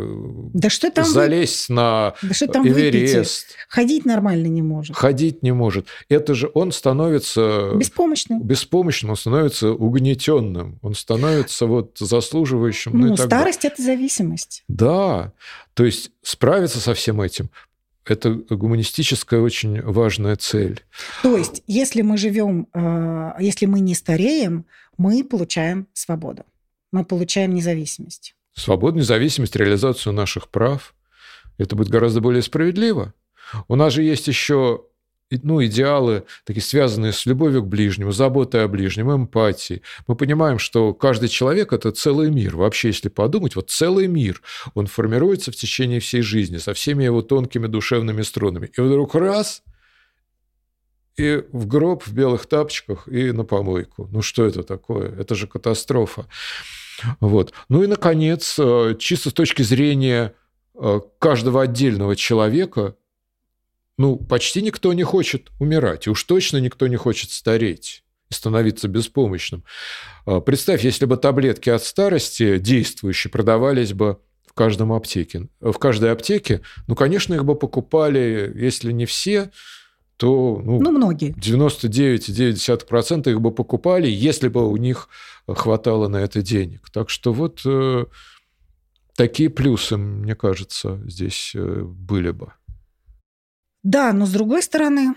да что там залезть вы... на да что там Эверест. Выпейте? Ходить нормально не может. Ходить не может. Это же он становится... Беспомощным. Беспомощным, он становится угнетенным, он становится вот заслуживающим. Ну, ну, и так старость – далее. Это зависимость. Да, то есть справиться со всем этим – это гуманистическая очень важная цель. То есть, если мы живем, если мы не стареем, мы получаем свободу, мы получаем независимость. Свободу, независимость, реализацию наших прав. Это будет гораздо более справедливо. У нас же есть еще ну, идеалы, такие связанные с любовью к ближнему, заботой о ближнем, эмпатией. Мы понимаем, что каждый человек – это целый мир. Вообще, если подумать, вот целый мир, он формируется в течение всей жизни со всеми его тонкими душевными струнами. И вдруг раз – и в гроб в белых тапочках, и на помойку. Ну, что это такое? Это же катастрофа. Вот. Ну и, наконец, чисто с точки зрения каждого отдельного человека, ну, почти никто не хочет умирать, и уж точно никто не хочет стареть и становиться беспомощным. Представь, если бы таблетки от старости действующие продавались бы в каждом аптеке. В каждой аптеке, ну, конечно, их бы покупали, если не все, то ну, ну, многие. девяносто девять целых девять десятых процента их бы покупали, если бы у них хватало на это денег. Так что вот э, такие плюсы, мне кажется, здесь э, были бы. Да, но с другой стороны,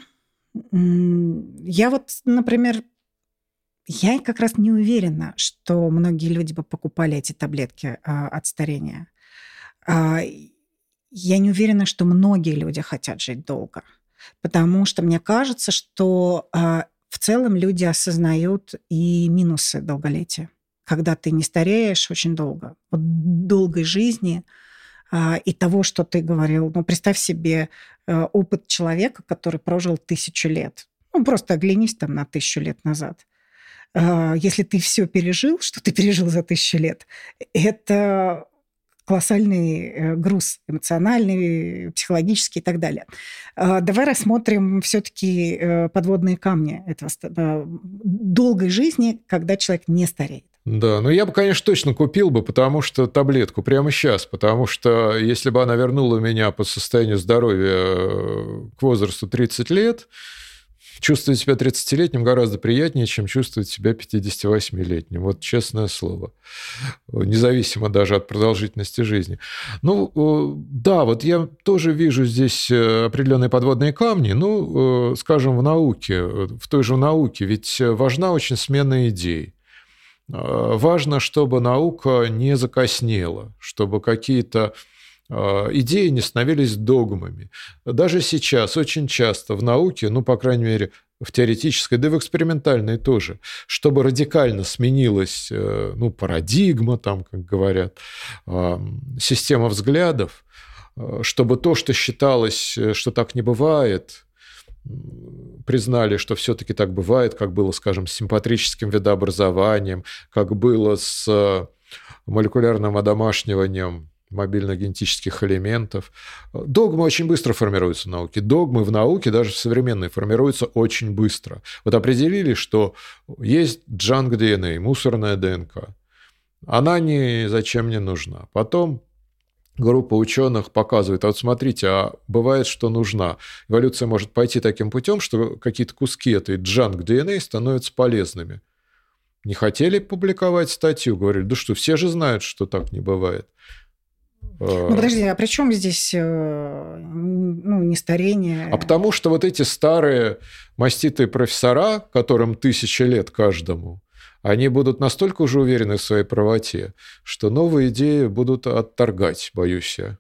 я вот, например, я как раз не уверена, что многие люди бы покупали эти таблетки от старения. Я не уверена, что многие люди хотят жить долго, потому что мне кажется, что в целом люди осознают и минусы долголетия, когда ты не стареешь очень долго. Вот долгой жизни и того, что ты говорил. Ну, представь себе опыт человека, который прожил тысячу лет. Ну, просто оглянись там на тысячу лет назад. Если ты все пережил, что ты пережил за тысячу лет, это колоссальный груз эмоциональный, психологический и так далее. Давай рассмотрим все-таки подводные камни этого долгой жизни, когда человек не стареет. Да, ну я бы, конечно, точно купил бы, потому что таблетку прямо сейчас, потому что если бы она вернула меня по состоянию здоровья к возрасту тридцать лет, чувствовать себя тридцатилетним гораздо приятнее, чем чувствовать себя пятидесятивосьмилетним. Вот честное слово. Независимо даже от продолжительности жизни. Ну, да, вот я тоже вижу здесь определенные подводные камни. Ну, скажем, в науке, в той же науке, ведь важна очень смена идей. Важно, чтобы наука не закоснела, чтобы какие-то идеи не становились догмами. Даже сейчас очень часто в науке, ну, по крайней мере, в теоретической, да и в экспериментальной тоже, чтобы радикально сменилась, ну, парадигма, там, как говорят, система взглядов, чтобы то, что считалось, что так не бывает, признали, что все-таки так бывает, как было, скажем, с симпатрическим видообразованием, как было с молекулярным одомашниванием мобильно-генетических элементов. Догмы очень быстро формируются в науке. Догмы в науке, даже в современной, формируются очень быстро. Вот определили, что есть джанк ди эн эй, мусорная ДНК. Она ни зачем не нужна. Потом группа ученых показывает, а вот смотрите, а бывает, что нужна. Эволюция может пойти таким путем, что какие-то куски этой джанк ди эн эй становятся полезными. Не хотели публиковать статью, говорили, да что, все же знают, что так не бывает. Ну, подожди, а при чем здесь ну, не старение? А потому что вот эти старые маститые профессора, которым тысяча лет каждому, они будут настолько уже уверены в своей правоте, что новые идеи будут отторгать, боюсь я.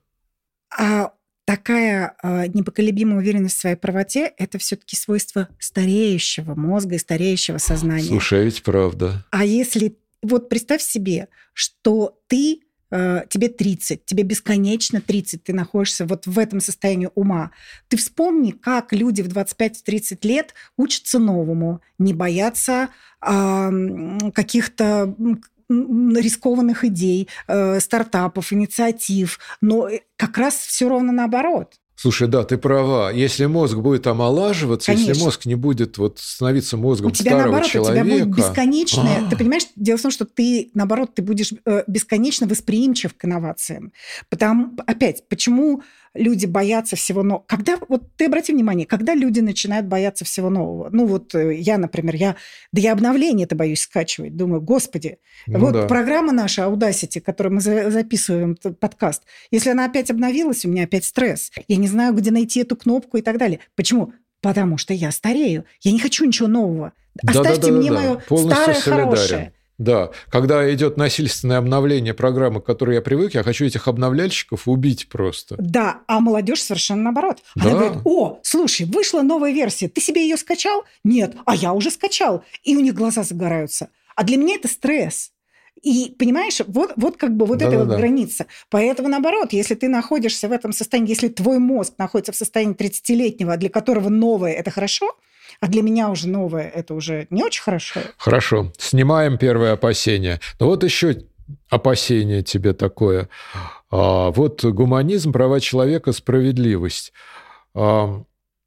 А такая непоколебимая уверенность в своей правоте – это все-таки свойство стареющего мозга и стареющего сознания. Слушай, а ведь правда. А если… Вот представь себе, что ты… тебе тридцать, тебе бесконечно тридцать, ты находишься вот в этом состоянии ума. Ты вспомни, как люди в двадцать пять тридцать лет учатся новому, не боятся а, каких-то рискованных идей, э, стартапов, инициатив, но как раз все ровно наоборот. Слушай, да, ты права. Если мозг будет омолаживаться, Конечно. Если мозг не будет вот становиться мозгом старого человека... У тебя, наоборот, у тебя будет бесконечное... А-а-а. Ты понимаешь, дело в том, что ты, наоборот, ты будешь бесконечно восприимчив к инновациям. Потому, опять, почему люди боятся всего нового? Когда, вот ты обрати внимание, когда люди начинают бояться всего нового? Ну вот я, например, я... Да я обновление-то боюсь скачивать. Думаю, господи, ну, вот да. Программа наша Audacity, которую мы записываем, подкаст, если она опять обновилась, у меня опять стресс. Я не знаю, где найти эту кнопку и так далее. Почему? Потому что я старею. Я не хочу ничего нового. Оставьте да, да, да, мне да, мое полностью старое солидарен. Хорошее. Да, когда идет насильственное обновление программы, к которой я привык, я хочу этих обновляльщиков убить просто. Да, а молодежь совершенно наоборот. Да. Она говорит, о, слушай, вышла новая версия, ты себе ее скачал? Нет, а я уже скачал. И у них глаза загораются. А для меня это стресс. И, понимаешь, вот, вот как бы вот да, эта да, вот да. граница. Поэтому, наоборот, если ты находишься в этом состоянии, если твой мозг находится в состоянии тридцатилетнего, для которого новое – это хорошо, а для меня уже новое – это уже не очень хорошо. Хорошо. Снимаем первое опасение. Но вот еще опасение тебе такое. А, вот гуманизм, права человека, справедливость. А,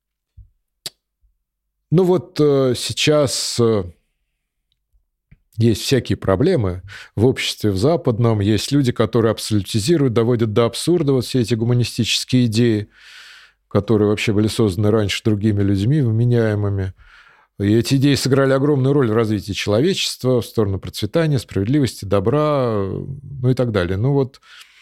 ну вот сейчас есть всякие проблемы в обществе, в западном. Есть люди, которые абсолютизируют, доводят до абсурда вот все эти гуманистические идеи, которые вообще были созданы раньше другими людьми, вменяемыми. И эти идеи сыграли огромную роль в развитии человечества, в сторону процветания, справедливости, добра, ну и так далее. Ну вот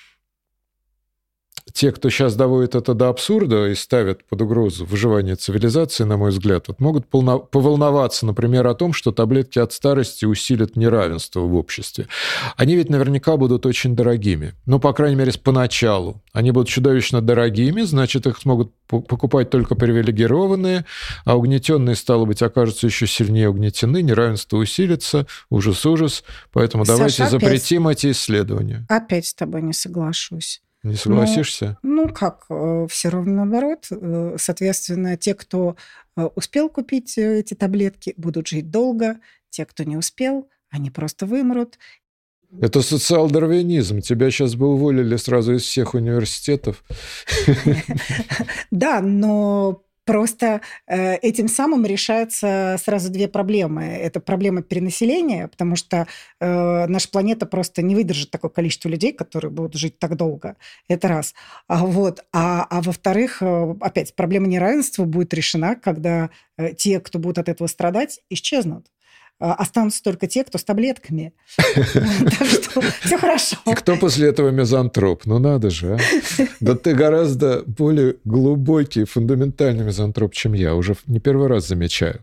те, кто сейчас доводит это до абсурда и ставят под угрозу выживание цивилизации, на мой взгляд, вот могут поволноваться, например, о том, что таблетки от старости усилят неравенство в обществе. Они ведь наверняка будут очень дорогими. Ну, по крайней мере, поначалу. Они будут чудовищно дорогими, значит, их смогут покупать только привилегированные, а угнетенные, стало быть, окажутся еще сильнее угнетены, неравенство усилится, ужас-ужас. Поэтому Саша, давайте опять, запретим эти исследования. Опять с тобой не соглашусь. Не согласишься? Ну, ну как, все равно наоборот. Соответственно, те, кто успел купить эти таблетки, будут жить долго. Те, кто не успел, они просто вымрут. Это социал-дарвинизм. Тебя сейчас бы уволили сразу из всех университетов. Да, но Просто э, этим самым решаются сразу две проблемы. Это проблема перенаселения, потому что э, наша планета просто не выдержит такое количество людей, которые будут жить так долго. Это раз. А, вот. а, а во-вторых, э, опять, проблема неравенства будет решена, когда э, те, кто будут от этого страдать, исчезнут. Останутся только те, кто с таблетками. Так что все хорошо. И кто после этого мизантроп? Ну надо же, а? Да ты гораздо более глубокий, фундаментальный мизантроп, чем я. Уже не первый раз замечаю.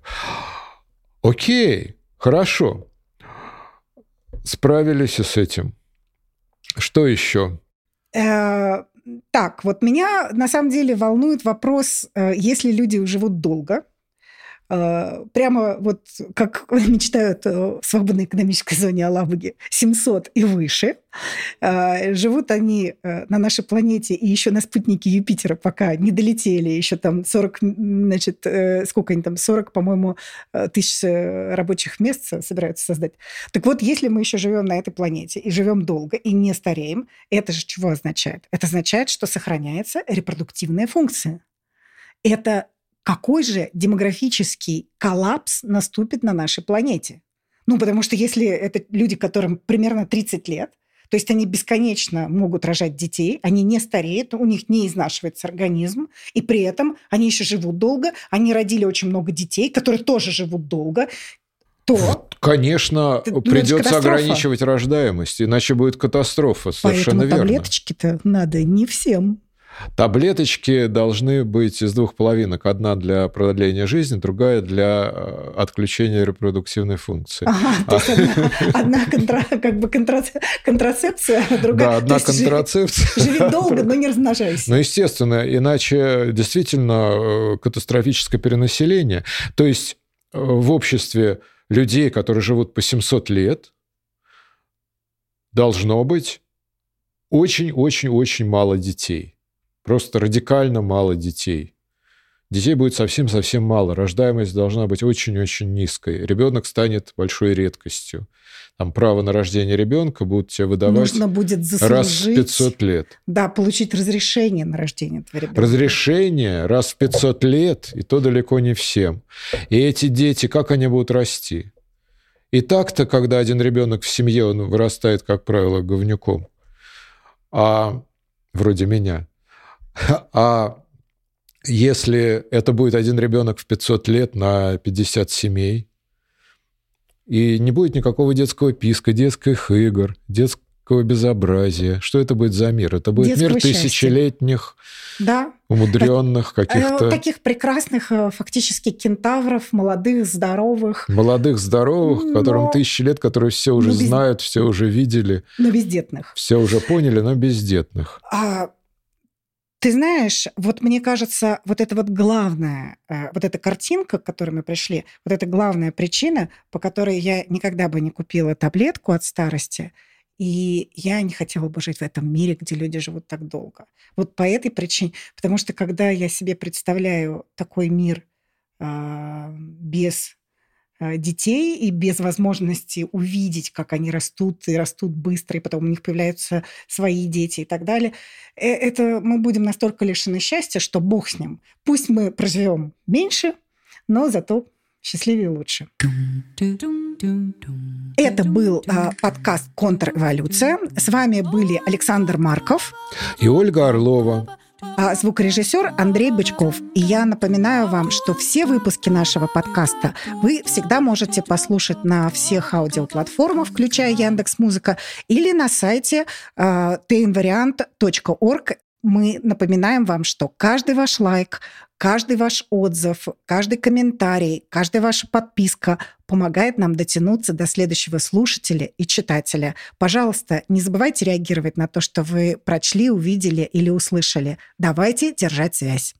Окей, хорошо. Справились и с этим. Что еще? Так, вот меня на самом деле волнует вопрос, если люди живут долго, прямо вот как мечтают в свободной экономической зоне Алабуги, семьсот и выше. Живут они на нашей планете и еще на спутнике Юпитера пока не долетели. Еще там сорок, значит, сколько они там, сорок, по-моему, тысяч рабочих мест собираются создать. Так вот, если мы еще живем на этой планете и живем долго, и не стареем, это же чего означает? Это означает, что сохраняется репродуктивная функция. Это какой же демографический коллапс наступит на нашей планете? Ну, потому что если это люди, которым примерно тридцать лет, то есть они бесконечно могут рожать детей, они не стареют, у них не изнашивается организм, и при этом они еще живут долго, они родили очень много детей, которые тоже живут долго, то... Конечно, это, придется ограничивать рождаемость, иначе будет катастрофа, совершенно верно. Поэтому верно. Таблеточки-то надо не всем. Таблеточки должны быть из двух половинок. Одна для продления жизни, другая для отключения репродуктивной функции. Ага, то есть одна, одна контра, как бы контрацепция, другая... Да, одна контрацепция. Живи, живи долго, но не размножайся. Ну, естественно, иначе действительно катастрофическое перенаселение. То есть в обществе людей, которые живут по семьсот лет, должно быть очень-очень-очень мало детей. Просто радикально мало детей. Детей будет совсем-совсем мало. Рождаемость должна быть очень-очень низкой. Ребенок станет большой редкостью. Там право на рождение ребенка будут тебе выдавать Нужно будет заслужить, раз в пятьсот лет. Да, получить разрешение на рождение этого ребенка. Разрешение раз в пятьсот лет, и то далеко не всем. И эти дети, как они будут расти? И так-то, когда один ребенок в семье, он вырастает, как правило, говнюком. А вроде меня. А если это будет один ребенок в пятьсот лет на пятьдесят семей, и не будет никакого детского писка, детских игр, детского безобразия, что это будет за мир? Это будет детского мир тысячелетних, да. умудренных так, каких-то... Таких прекрасных фактически кентавров, молодых, здоровых. Молодых, здоровых, но... которым тысячи лет, которые все уже без... знают, все уже видели. Но бездетных. Все уже поняли, но бездетных. А... Ты знаешь, вот мне кажется, вот это вот главная, вот эта картинка, к которой мы пришли, вот это главная причина, по которой я никогда бы не купила таблетку от старости, и я не хотела бы жить в этом мире, где люди живут так долго. Вот по этой причине, потому что когда я себе представляю такой мир э, без детей и без возможности увидеть, как они растут, и растут быстро, и потом у них появляются свои дети и так далее. Это мы будем настолько лишены счастья, что бог с ним. Пусть мы проживем меньше, но зато счастливее и лучше. Это был э, подкаст «Контрэволюция». С вами были Александр Марков и Ольга Орлова. А звукорежиссер Андрей Бычков. И я напоминаю вам, что все выпуски нашего подкаста вы всегда можете послушать на всех аудиоплатформах, включая Яндекс.Музыка, или на сайте э, тнвариант точка орг. Мы напоминаем вам, что каждый ваш лайк, каждый ваш отзыв, каждый комментарий, каждая ваша подписка помогает нам дотянуться до следующего слушателя и читателя. Пожалуйста, не забывайте реагировать на то, что вы прочли, увидели или услышали. Давайте держать связь.